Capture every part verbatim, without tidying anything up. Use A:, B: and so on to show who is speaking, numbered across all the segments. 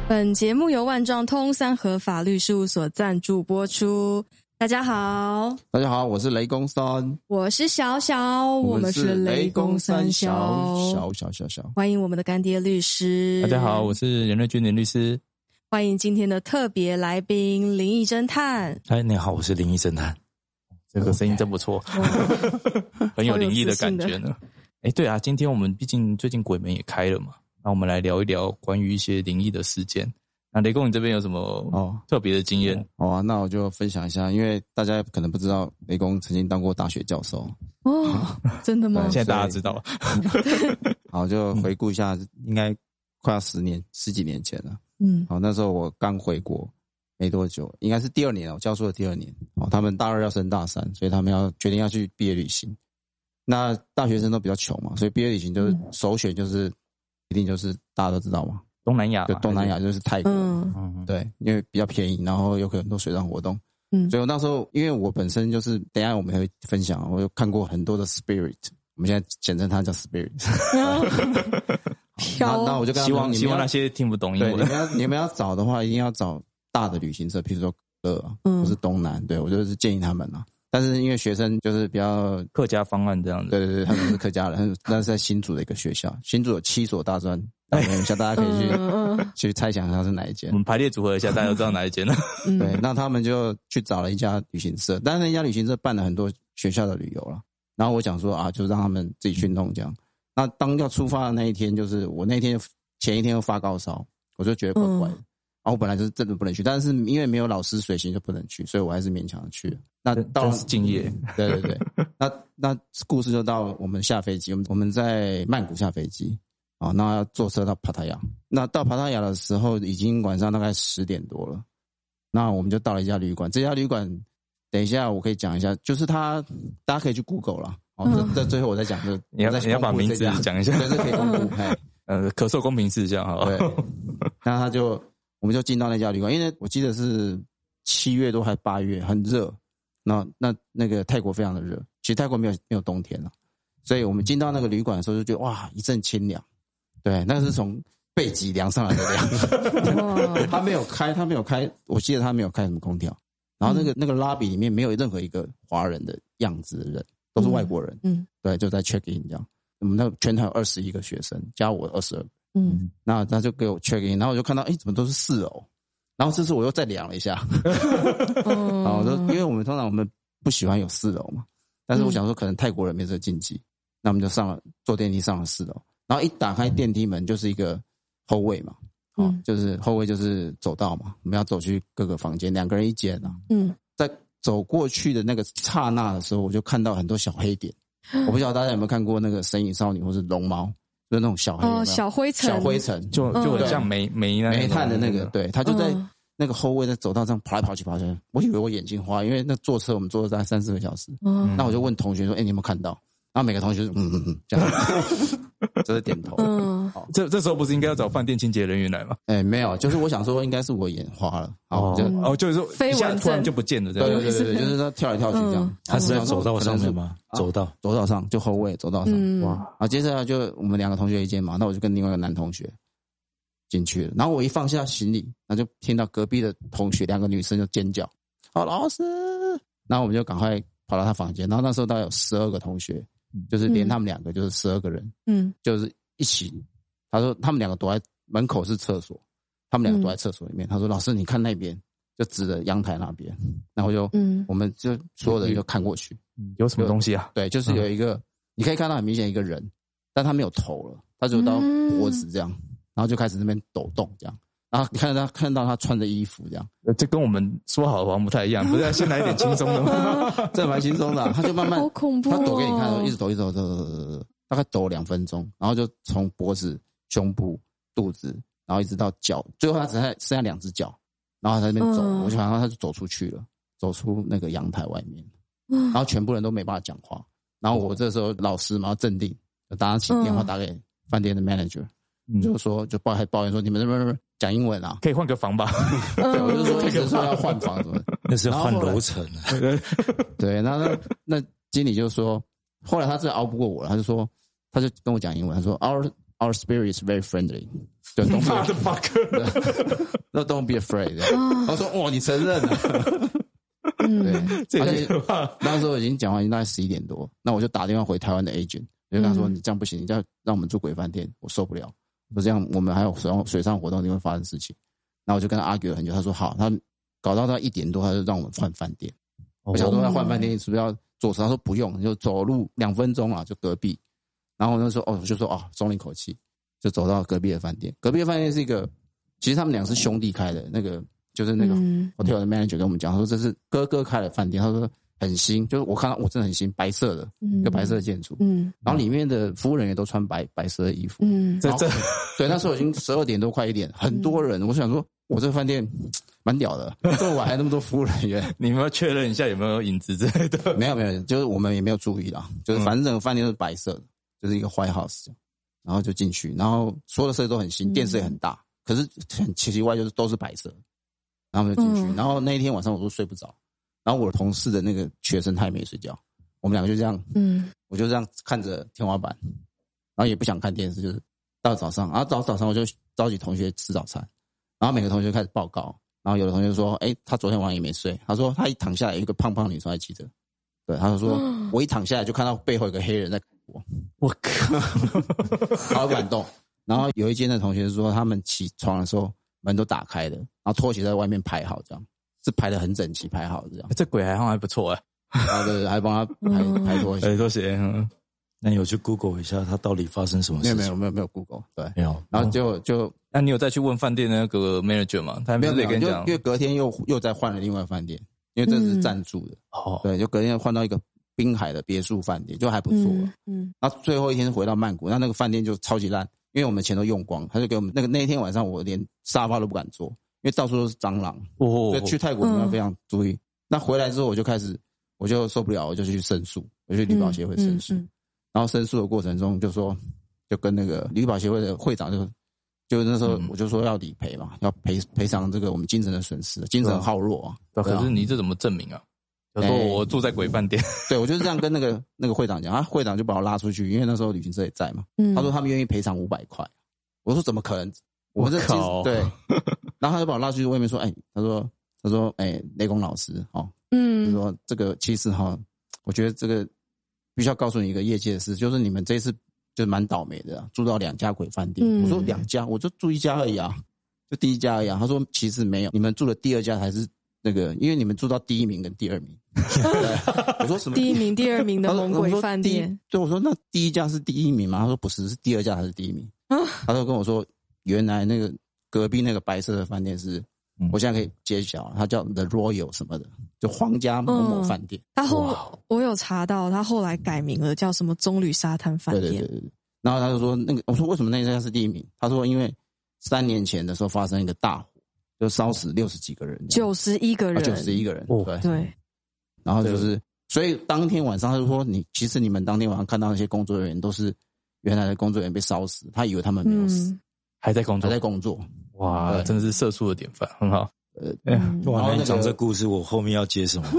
A: 本节目由万状通三和法律事务所赞助播出。大家好，
B: 大家好，我是雷公三，
A: 我是小小，我们是雷公三小
B: 小小小小，
A: 欢迎我们的干爹律师。
C: 大家好，我是任瑞君林律师。
A: 欢迎今天的特别来宾灵异侦探。
C: 嗨，你好，我是灵异侦探。这个声音真不错，很有灵异的感觉呢。哎，对啊，今天我们毕竟最近鬼门也开了嘛，那我们来聊一聊关于一些灵异的事件。那雷公，你这边有什么哦特别的经验？
B: 哦，啊，那我就分享一下，因为大家可能不知道，雷公曾经当过大学教授。
A: 哦，真的吗？
C: 现在大家知道了。
B: 好，就回顾一下，应该快要十年、十几年前了。嗯，好，那时候我刚回国没多久，应该是第二年，我教书的第二年。哦，他们大二要升大三，所以他们要决定要去毕业旅行。那大学生都比较穷嘛，所以毕业旅行就是首选就是一定就是大家都知道嘛，
C: 东南亚，
B: 就东南亚就是泰国，
A: 嗯，
B: 对，因为比较便宜，然后有很多水上活动，嗯，所以我那时候因为我本身就是等一下我们会分享，我有看过很多的 spirit， 我们现在简称它叫 spirit，
A: 飘，
B: 那我就跟他们
C: 希望希望那些听不懂英文，
B: 对，你们要你们要找的话，一定要找大的旅行社，譬如说乐啊，或是东南，对我就是建议他们啊。但是因为学生就是比较
C: 客家方案这样子，
B: 对对对，他们是客家人，那是在新竹的一个学校，新竹有七所大专大学校，大家可以去、嗯、去猜想一下是哪一间。
C: 我们排列组合一下，大家都知道哪一间了。
B: 对，那他们就去找了一家旅行社，但是那家旅行社办了很多学校的旅游了。然后我想说啊，就让他们自己去弄这样。那当要出发的那一天，就是我那天前一天又发高烧，我就觉得怪怪的。嗯然后我本来就是真的不能去，但是因为没有老师随行就不能去，所以我还是勉强的去了。那到了
C: 敬业，
B: 对对对。那那故事就到我们下飞机，我们我们在曼谷下飞机啊，那要坐车到帕塔亚。那到帕塔亚的时候，已经晚上大概十点多了。那我们就到了一家旅馆，这家旅馆等一下我可以讲一下，就是它大家可以去 Google 啦。哦，这这最后我再讲，就
C: 你要你要把名字讲一下，
B: 对，这可以公布，嘿，
C: 呃，可受公平事项哈。
B: 对，那他就。我们就进到那家旅馆，因为我记得是七月多还八月，很热。那那那个泰国非常的热，其实泰国没有没有冬天了，所以我们进到那个旅馆的时候就觉得哇，一阵清凉。对，那是从背脊凉上来的凉。他没有开，他没有开，我记得他没有开什么空调。然后那个、嗯、那个 lobby 里面没有任何一个华人的样子的人，都是外国人。嗯，对，就在 check in 这样。我们那全团有二十一个学生，加我二十二个。嗯，那他就给我 check in， 然后我就看到，哎，怎么都是四楼？然后这次我又再量了一下，好，我说，因为我们通常我们不喜欢有四楼嘛，但是我想说可能泰国人没这个禁忌，那我们就上了坐电梯上了四楼，然后一打开电梯门就是一个后卫嘛，哦，就是后卫就是走道嘛，我们要走去各个房间，两个人一间啊，嗯，在走过去的那个刹那的时候，我就看到很多小黑点，我不晓得大家有没有看过那个《神隐少女》或是《龙猫》。就是那种小黑有没有，
A: 哦，小灰尘，
B: 小灰尘，
C: 就就很像煤煤那
B: 煤炭的那个，对，他就在那个后卫在走道上跑来跑去跑去，我以为我眼睛花，因为那坐车我们坐了大概三四个小时，嗯，那我就问同学说，哎，你有没有看到？然后每个同学就嗯嗯嗯这样，就是点头。嗯，
C: 这这时候不是应该要找饭店清洁人员来吗？
B: 哎，没有，就是我想说应该是我眼花了，
C: 哦，就哦，就是说一下突然就不见了，这样。
B: 对对对对，就是他跳来跳去这样。
D: 他是在走道上面吗？走道，
B: 走道上就后卫走道上。哇，然后接下来就我们两个同学一间嘛，那我就跟另外一个男同学进去了。然后我一放下行李，然后就听到隔壁的同学两个女生就尖叫，哦，老师！然后我们就赶快跑到他房间，然后那时候大概有十二个同学。就是连他们两个就是十二个人，嗯，就是一起。他说他们两个躲在门口是厕所，他们两个躲在厕所里面。嗯、他说老师你看那边，就指着阳台那边。然后就，嗯，我们就所有人就看过去，
C: 嗯、有什么东西啊？
B: 对，就是有一个，嗯、你可以看到很明显一个人，但他没有头了，他只有到脖子这样，嗯、然后就开始那边抖动这样。然后你看到他看到他穿着衣服这样，
C: 这跟我们说好的好像不太一样，不是要先来一点轻松的吗？
B: 这蛮轻松的、啊，他就慢慢，
A: 好恐怖、哦，
B: 他抖给你看，一直抖，一直抖，抖抖抖抖，大概抖两分钟，然后就从脖子、胸部、肚子，然后一直到脚，最后他只剩下剩下两只脚，然后他在那边走，嗯、我就想到他就走出去了，走出那个阳台外面，嗯、然后全部人都没办法讲话，然后我这时候老师嘛镇定，就打起电话打给饭店的 manager，嗯、就说就抱还抱怨说你们那边讲英文啊，
C: 可以换个房吧？
B: 对，我就说一直说要换房什么，
D: 那是换楼层啊。
B: 对，然后那那经理就说，后来他真的熬不过我了，他就说，他就跟我讲英文，他说 Our our spirit is very friendly， 就 don't be no don't be afraid。他说哇，你承认了。对，
C: 这
B: 而且那时候已经讲完，已经大概十一点多，那我就打电话回台湾的 agent， 就跟他说：“你这样不行，你这样让我们住鬼饭店，我受不了。我这样我们还有水上水上活动，一定会发生事情。”然后我就跟他 argue 了很久，他说好，他搞到到一点多，他就让我们换饭店。我想说要换饭店，是不是要坐车？他说不用，你就走路两分钟啊，就隔壁。然后那时候哦，我就说哦，松了一口气，就走到隔壁的饭店。隔壁的饭店是一个，其实他们俩是兄弟开的，那个。就是那个 hotel 的 manager 跟我们讲，他说这是哥哥开的饭店，他说很新，就是我看到我真的很新，白色的，一个白色的建筑，嗯，然后里面的服务人员都穿白白色的衣服，嗯，这这，对，那时候已经十二点多快一点，很多人，我想说，我这个饭店蛮屌的，这么晚还那么多服务人员，
C: 你们要确认一下有没有影子之类的？
B: 没有没有，就是我们也没有注意啦，就是反正整个饭店都是白色的，就是一个 White House， 然后就进去，然后所有的设施都很新，电视也很大，可是很奇奇怪就是都是白色的。然后我们就进去，嗯、然后那一天晚上我都睡不着，然后我的同事的那个学生他也没睡觉，我们两个就这样，嗯，我就这样看着天花板，然后也不想看电视，就是到早上，然后早早上我就召集同学吃早餐，然后每个同学开始报告，然后有的同学说，哎，他昨天晚上也没睡，他说他一躺下来有一个胖胖女生还记得，对，他就说、嗯、我一躺下来就看到背后有个黑人在看我，
C: 我靠，
B: 好感动。然后有一间的同学说他们起床的时候。门都打开的，然后拖鞋在外面排好，这样是排得很整齐，排好这样。
C: 这鬼好像还不错哎，
B: 啊对，还帮他排排拖鞋，
C: 排拖鞋。嗯，
D: 那你有去 Google 一下他到底发生什么事情？
B: 没有没有没有没有 Google， 对，
D: 没有。
B: 然后就就，
C: 那你有再去问饭店的那个 manager 吗？他没有跟你讲，
B: 因为隔天又又再换了另外饭店，因为这是赞助的，哦、嗯，对，就隔天换到一个滨海的别墅饭店，就还不错。嗯，嗯那最后一天回到曼谷，那那个饭店就超级烂。因为我们钱都用光，他就给我们那个那一天晚上我连沙发都不敢坐，因为到处都是蟑螂。哦，所以去泰国我们要非常注意。嗯、那回来之后我就开始，我就受不了，我就去申诉，我去旅保协会申诉。嗯嗯嗯、然后申诉的过程中就说，就跟那个旅保协会的会长就，就那时候我就说要理赔嘛，要赔赔偿这个我们精神的损失，精神耗弱啊。
C: 对啊、可是你这怎么证明啊？他说我住在鬼饭店，
B: 对我就是这样跟那个那个会长讲，他会长就把我拉出去，因为那时候旅行社也在嘛。嗯、他说他们愿意赔偿五百块，我说怎么可能？我们这对，然后他就把我拉出去外面说，哎、欸，他说他说哎、欸，雷公老师哦，嗯，就说这个其实哈，我觉得这个必须要告诉你一个业界的事，就是你们这一次就蛮倒霉的、啊，住到两家鬼饭店。嗯、我说两家，我就住一家而已啊，就第一家而已啊。他说其实没有，你们住的第二家才是。那个，因为你们住到第一名跟第二名，我说什么？
A: 第一名、第二名的猛鬼饭店。
B: 对，我说那第一家是第一名吗？他说不是，是第二家才是第一名。啊、他就跟我说，原来那个隔壁那个白色的饭店是，嗯、我现在可以揭晓，它叫 The Royal 什么的，就皇家某某饭店。
A: 他、嗯、后我有查到，他后来改名了，叫什么棕榈沙滩饭店。
B: 对对对对。然后他就说，那个我说为什么那家是第一名？他说因为三年前的时候发生一个大火。就烧死六十几个人，
A: 九十一个人，
B: 九十一个人，对
A: 对。
B: 然后就是，所以当天晚上他就说，你其实你们当天晚上看到那些工作人员都是原来的工作人员被烧死，他以为他们没有死，嗯、
C: 还在工作，
B: 还在工作。
C: 哇，真的是社畜的典范，很好。
D: 呃，哇，你讲这故事，我后面要接什么？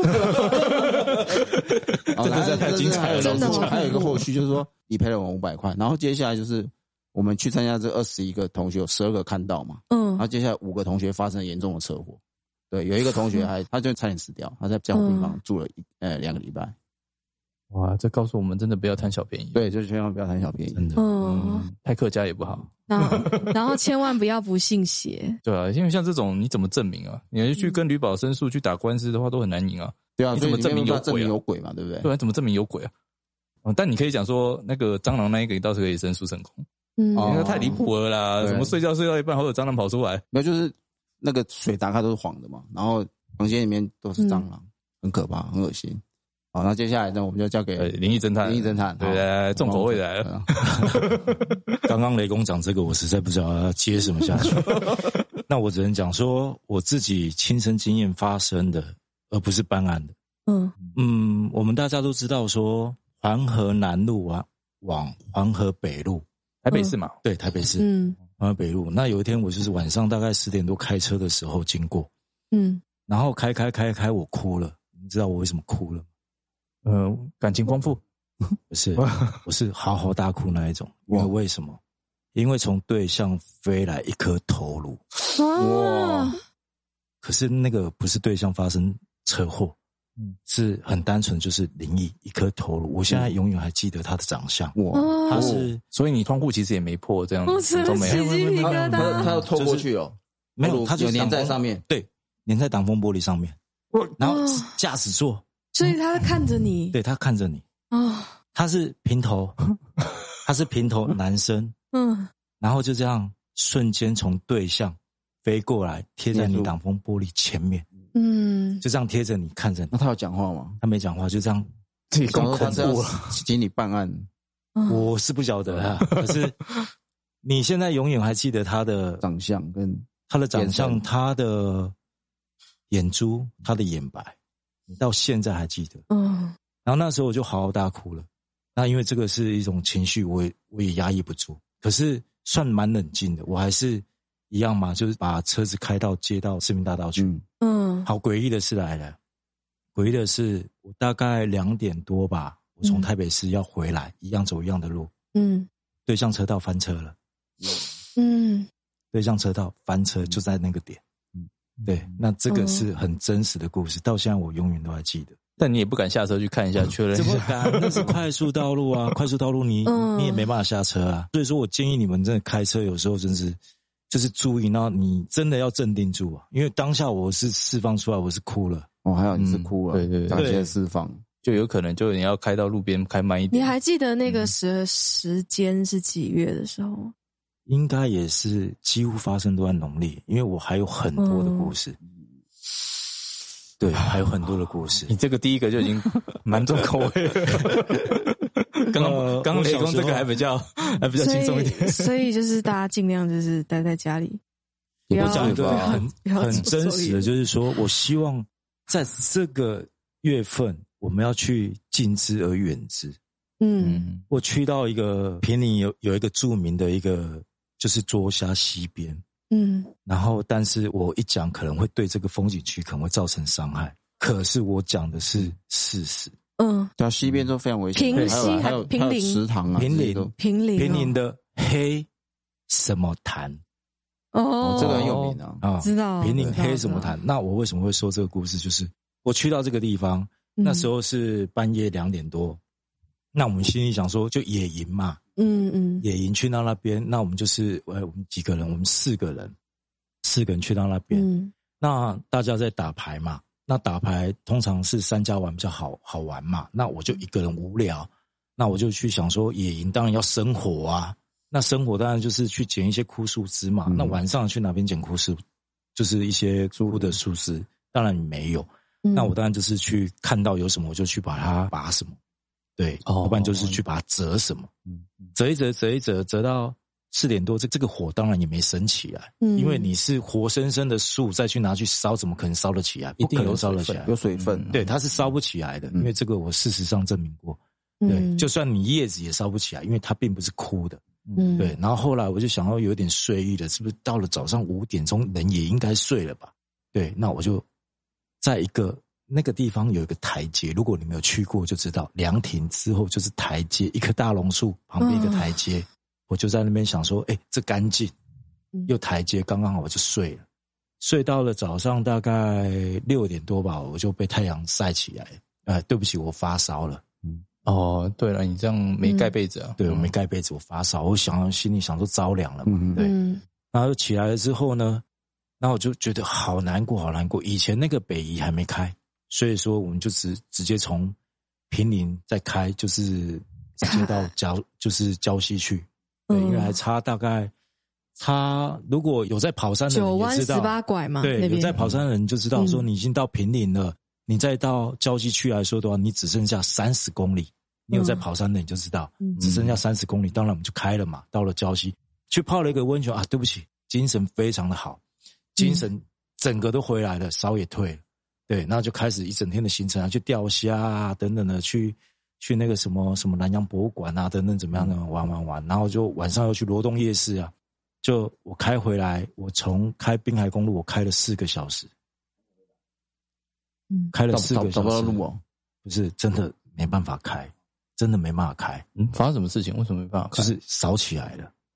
B: 真的太精彩了，真的。还有一个后续就是说，你赔了我五百块，然后接下来就是。我们去参加这二十一个同学，有十二个看到嘛，嗯，然后接下来五个同学发生了严重的车祸，对，有一个同学还他就差点死掉，他在加护病房住了一呃两个礼拜。
C: 哇，这告诉我们真的不要贪小便宜，
B: 对，就是千万不要贪小便宜，
C: 真的，嗯，太客家也不好，
A: 然后然后千万不要不信邪，
C: 对啊，因为像这种你怎么证明啊？你要去跟旅保申诉去打官司的话，都很难赢啊，
B: 对啊，
C: 你怎么证明有鬼、啊？
B: 有鬼嘛，对不对？
C: 对啊，怎么证明有鬼啊？嗯，但你可以讲说那个蟑螂那一个，你倒是可以申诉成功。嗯，因为太离谱了啦！什么睡觉睡到一半，好有蟑螂跑出来？
B: 没有，就是那个水打开都是黄的嘛，然后房间里面都是蟑螂，嗯、很可怕，很恶心。好，那接下来呢，我们就交给
C: 灵异侦探。
B: 灵异侦探，
C: 对对，重口味来了。
D: 刚刚雷公讲这个，我实在不知道要接什么下去。那我只能讲说我自己亲身经验发生的，而不是办案的。嗯嗯，我们大家都知道说环河南路啊，往环河北路。
C: 台北市嘛、嗯，
D: 对，台北市，嗯，环河北路。那有一天我就是晚上大概十点多开车的时候经过，嗯，然后开开开开，我哭了。你知道我为什么哭了吗？
C: 呃，感情丰富，
D: 不是，我是嚎嚎大哭那一种。因为为什么？ 因为从对向飞来一颗头颅。
A: 哇！
D: 可是那个不是对象发生车祸，嗯，是很单纯就是灵异一颗头颅。我现在永远还记得他的长相。哇，他是，
C: 所以你窗户其实也没破，这样子都没有。
B: 他他要透过去哦，
D: 没有，他就
B: 粘在上面，
D: 对，粘在挡风玻璃上面。然后驾驶座，
A: 所以他看着你，
D: 对他看着你。哦，他是平头，他是平头男生。嗯，然后就这样瞬间从对向飞过来，贴在你挡风玻璃前面。嗯，就这样贴着你看着你。
B: 那他有讲话吗？
D: 他没讲话，就这样。
B: 这更恐怖了，请你办案。
D: 我是不晓得啊，可是你现在永远还记得他的
B: 长相跟
D: 他的长相，他的眼珠，他的眼白，你到现在还记得。嗯，然后那时候我就嚎啕大哭了。那因为这个是一种情绪，我也我也压抑不住，可是算蛮冷静的。我还是一样嘛，就是把车子开到接到市民大道去。嗯，好诡异的事来了，诡异的是我大概两点多吧，我从台北市要回来，一样走一样的路。嗯，对向车道翻车了。嗯，对向车道翻车就在那个点。嗯，对，那这个是很真实的故事，到现在我永远都还记得。
C: 但你也不敢下车去看一下确认一下。
D: 怎么敢？那是快速道路啊，快速道路你、嗯、你也没办法下车啊。所以说我建议你们真的开车有时候真是就是注意，然后你真的要镇定住啊。因为当下我是释放出来，我是哭了。
B: 哦，还好你是哭了，嗯、对对对，当下释放，
C: 就有可能就你要开到路边开慢一点。
A: 你还记得那个时时间是几月的时候？
D: 应该也是几乎发生都在农历，因为我还有很多的故事。嗯对，还有很多的故事。
C: 你这个第一个就已经蛮重口味了。刚刚刚雷公这个还比较还比较轻松一点。
A: 所以就是大家尽量就是待在家里。
D: 我讲一个很很真实的，就是说我希望在这个月份我们要去近之而远之。嗯，我去到一个坪林有有一个著名的一个就是捉虾溪边。嗯，然后但是我一讲可能会对这个风景区可能会造成伤害，可是我讲的是事实。嗯，
B: 对啊，溪边都非常危险。
A: 平溪
B: 还有
A: 平林
B: 食堂啊，
D: 平林
A: 平林
D: 平林的黑什么潭
B: 哦，这个很有名啊，
A: 啊知道
D: 平林黑什么潭。那我为什么会说这个故事？就是我去到这个地方，那时候是半夜两点多，那我们心里想说就野营嘛。嗯嗯，野营去到那边，那我们就是呃，我们几个人，我们四个人，四个人去到那边。嗯，那大家在打牌嘛，那打牌通常是三家玩比较好好玩嘛。那我就一个人无聊，那我就去想说，野营当然要生火啊。那生火当然就是去捡一些枯树枝嘛。嗯、那晚上去哪边捡枯树？就是一些枯的树枝，当然没有。嗯、那我当然就是去看到有什么，我就去把它拔什么。对，要不然就是去把它折什么，嗯，折一折，折一折，折到四点多，这这个火当然也没升起来，嗯，因为你是活生生的树，再去拿去烧，怎么可能烧得起来？
C: 一定有
D: 烧得起来，
B: 有水分，
D: 对，它是烧不起来的，因为这个我事实上证明过，对，就算你叶子也烧不起来，因为它并不是枯的，嗯，对。然后后来我就想要有点睡意了，是不是到了早上五点钟人也应该睡了吧？对，那我就在一个。那个地方有一个台阶，如果你没有去过就知道，凉亭之后就是台阶，一棵大榕树旁边一个台阶，嗯、我就在那边想说，哎、欸，这干净，又台阶，刚刚好我就睡了，睡到了早上大概六点多吧，我就被太阳晒起来，呃，对不起，我发烧了，
C: 嗯，哦，对了，你这样没盖被子啊？
D: 嗯、对，我没盖被子，我发烧，我想心里想说着凉了嘛，嗯、对，然后起来了之后呢，然后我就觉得好难过，好难过，以前那个北宜还没开。所以说，我们就直直接从坪林再开，就是直接到礁，就是礁溪去。对，因为还差大概差，如果有在跑山的人也知道，
A: 九弯十八拐嘛。
D: 对，有在跑山的人就知道，说你已经到坪林了，嗯、你再到礁溪去来说的话，你只剩下三十公里。你有在跑山的你就知道，嗯、只剩下三十公里。当然我们就开了嘛，到了礁溪去泡了一个温泉啊。对不起，精神非常的好，精神整个都回来了，烧也退了。对，然后就开始一整天的行程啊，去钓虾啊，等等的，去去那个什么什么南洋博物馆啊，等等怎么样的玩玩玩，然后就晚上又去罗东夜市啊。就我开回来，我从开滨海公路，我开了四个小时，嗯，开了四个小时，
B: 找不到路哦，
D: 不是真的没办法开，真的没办法开。
C: 嗯，发生什么事情？为什么没办法开？
D: 就是烧起来了。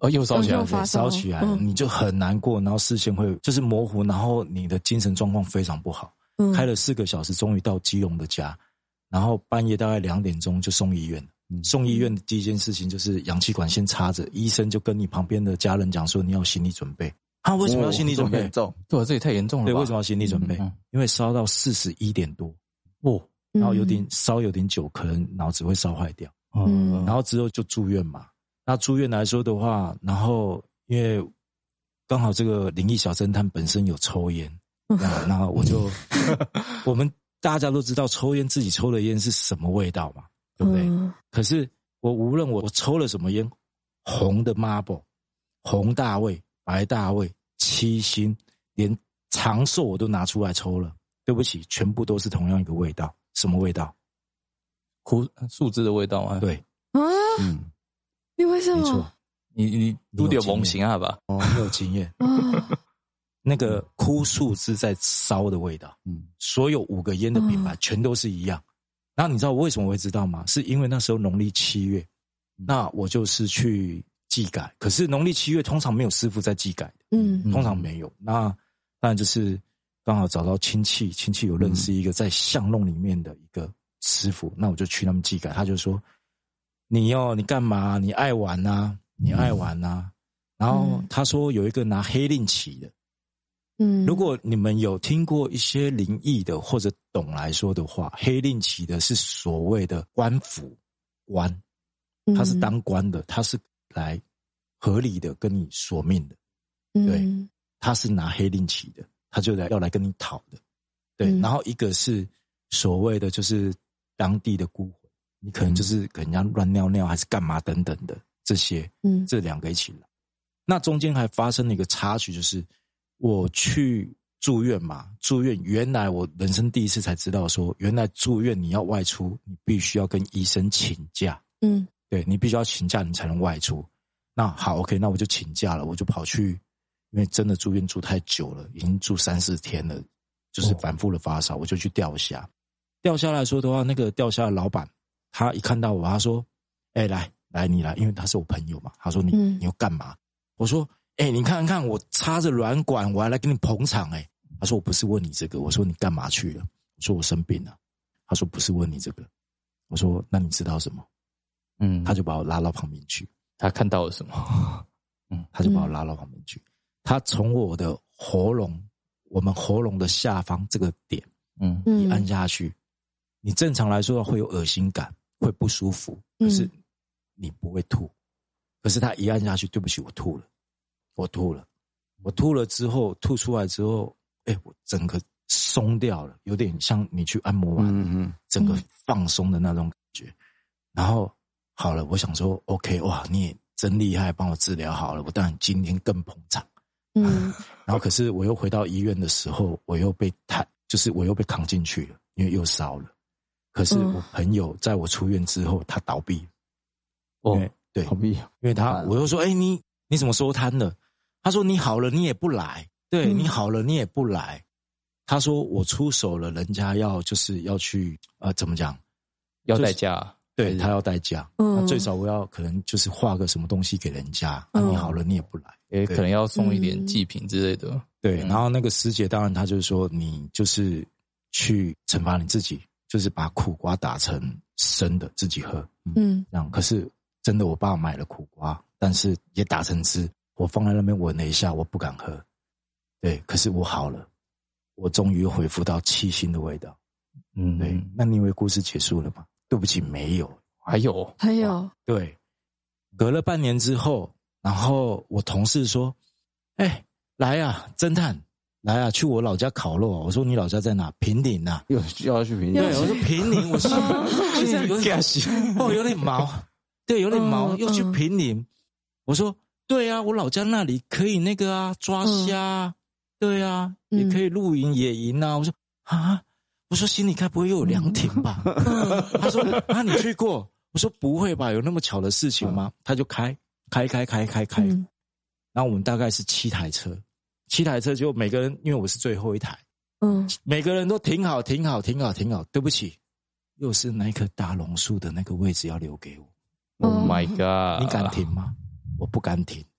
C: 哦，又烧起来，
A: 发
D: 烧起来，嗯，你就很难过，然后视线会就是模糊，然后你的精神状况非常不好。嗯，开了四个小时，终于到基隆的家，然后半夜大概两点钟就送医院。嗯，送医院的第一件事情就是氧气管先插着，医生就跟你旁边的家人讲说你要心理准备。啊，为什么要心理准备？
B: 哦，
C: 对啊，这也太严重了吧。
D: 对，为什么要心理准备？嗯嗯，因为烧到四十一点多，哦，然后有点烧有点久，可能脑子会烧坏掉。嗯，然后之后就住院嘛。那住院来说的话，然后因为刚好这个灵异小侦探本身有抽烟，然后我就我们大家都知道抽烟自己抽的烟是什么味道嘛，对不对？嗯，可是我无论我我抽了什么烟，红的 Marble、红大卫、白大卫、七星，连长寿我都拿出来抽了。对不起，全部都是同样一个味道，什么味道？
C: 枯树枝的味道吗？
D: 对，
A: 啊，
D: 嗯。
A: 你为什么？
D: 没错，
C: 你你都点蒙型啊吧？
D: 哦，你有经验。那个枯树枝在烧的味道，嗯，所有五个烟的品牌全都是一样。然后你知道我为什么会知道吗？是因为那时候农历七月，那我就是去祭改。可是农历七月通常没有师傅在祭改的，嗯，通常没有。那当然就是刚好找到亲戚，亲戚有认识一个在巷弄里面的一个师傅，那我就去他们祭改，他就说。你哦，你干嘛？你爱玩啊？你爱玩啊？然后他说有一个拿黑令旗的，嗯，如果你们有听过一些灵异的或者懂来说的话，黑令旗的是所谓的官府官，他是当官的，他是来合理的跟你索命的，对，他是拿黑令旗的，他就来要来跟你讨的，对，然后一个是所谓的就是当地的孤魂。你可能就是给人家乱尿尿还是干嘛等等的这些，嗯，这两个一起来。那中间还发生了一个插曲，就是我去住院嘛，住院原来我人生第一次才知道说，原来住院你要外出，你必须要跟医生请假，嗯，对你必须要请假你才能外出。那好 ，OK， 那我就请假了，我就跑去，因为真的住院住太久了，已经住三四天了，就是反复的发烧，我就去吊虾。吊虾来说的话，那个吊虾的老板。他一看到我，他说：“哎、欸，来来，你来，因为他是我朋友嘛。”他说你：“你、嗯、你要干嘛？”我说：“哎、欸，你看看，我插着软管，我还来给你捧场。”哎，他说：“我不是问你这个。”我说：“你干嘛去了？”我说：“我生病了。”他说：“不是问你这个。”我说：“那你知道什么？”嗯，他就把我拉到旁边去。
C: 他看到了什么？
D: 嗯，他就把我拉到旁边去。他从我的喉咙，我们喉咙的下方这个点，嗯，一按下去，你正常来说会有恶心感。会不舒服，可是你不会吐。嗯、可是他一按下去，对不起，我吐了，我吐了，我吐了之后，吐出来之后，哎，我整个松掉了，有点像你去按摩完，嗯嗯，整个放松的那种感觉。然后好了，我想说 ，OK， 哇，你也真厉害，帮我治疗好了，我当然今天更捧场。嗯，然后可是我又回到医院的时候，我又被抬，就是我又被扛进去了，因为又烧了。可是我朋友在我出院之后，他倒闭了。哦，对，
B: 倒闭，
D: 因为他，我又说，哎、欸，你你怎么收摊了？他说你好了，你也不来。对、嗯、你好了，你也不来。他说我出手了，人家要就是要去呃，怎么讲？
C: 要代价。
D: 对他要代价。嗯，那最少我要可能就是画个什么东西给人家。嗯、啊，你好了，你也不来，
C: 也可能要送一点祭品之类的。
D: 对，然后那个师姐当然她就是说，你就是去惩罚你自己。就是把苦瓜打成生的自己喝，嗯，这样。可是真的，我爸买了苦瓜，但是也打成汁，我放在那边闻了一下，我不敢喝。对，可是我好了，我终于恢复到七星的味道。嗯，对。那你以为故事结束了吗？对不起，没有，
C: 还有，
A: 还有。
D: 对，隔了半年之后，然后我同事说：“哎、欸，来啊，侦探。”来啊，去我老家烤肉啊！我说你老家在哪？平顶啊！
B: 又又要去平顶？
D: 对，我说平顶，我心心里有点哦，有点毛，对，有点毛，又去平顶。我说对啊，我老家那里可以那个啊，抓虾、啊，对啊，也可以露营野营啊。我说啊，我说心里该不会又有凉亭吧？他说啊，你去过？我说不会吧，有那么巧的事情吗？他就开开开开开开，然后我们大概是七台车。七台车就每个人，因为我是最后一台，嗯，每个人都停好，停好，停好，停好。对不起，又是那一棵大榕树的那个位置要留给我。
C: Oh my god！
D: 你敢停吗？我不敢停。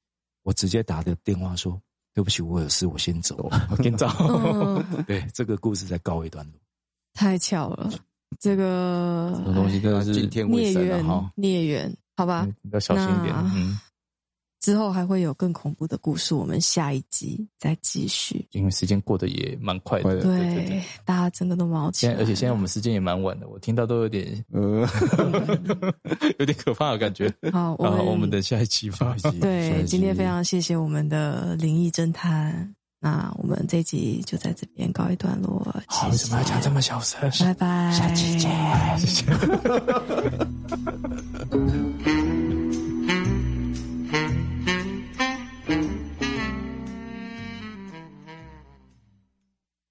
D: 我直接打的电话说对不起，我有事，我先走，
C: 先走。
D: 对，这个故事才告一段落。
A: 太巧了，这个
C: 这种东西真的是
B: 今天为神了哈，
A: 孽缘，好吧，
C: 要小心一点。嗯，
A: 之后还会有更恐怖的故事，我们下一集再继续。
C: 因为时间过得也蛮快的，
A: 对，对对对，大家整个都毛起来。
C: 而且现在我们时间也蛮晚的，我听到都有点呃，有点可怕的感觉。
A: 好，我们
C: 我们等下一期吧。
A: 对，今天非常谢谢我们的灵异侦探。那我们这一集就在这边告一段落。
C: 好，为什么要讲这么小声？
A: 拜拜，
C: 下期见。谢谢。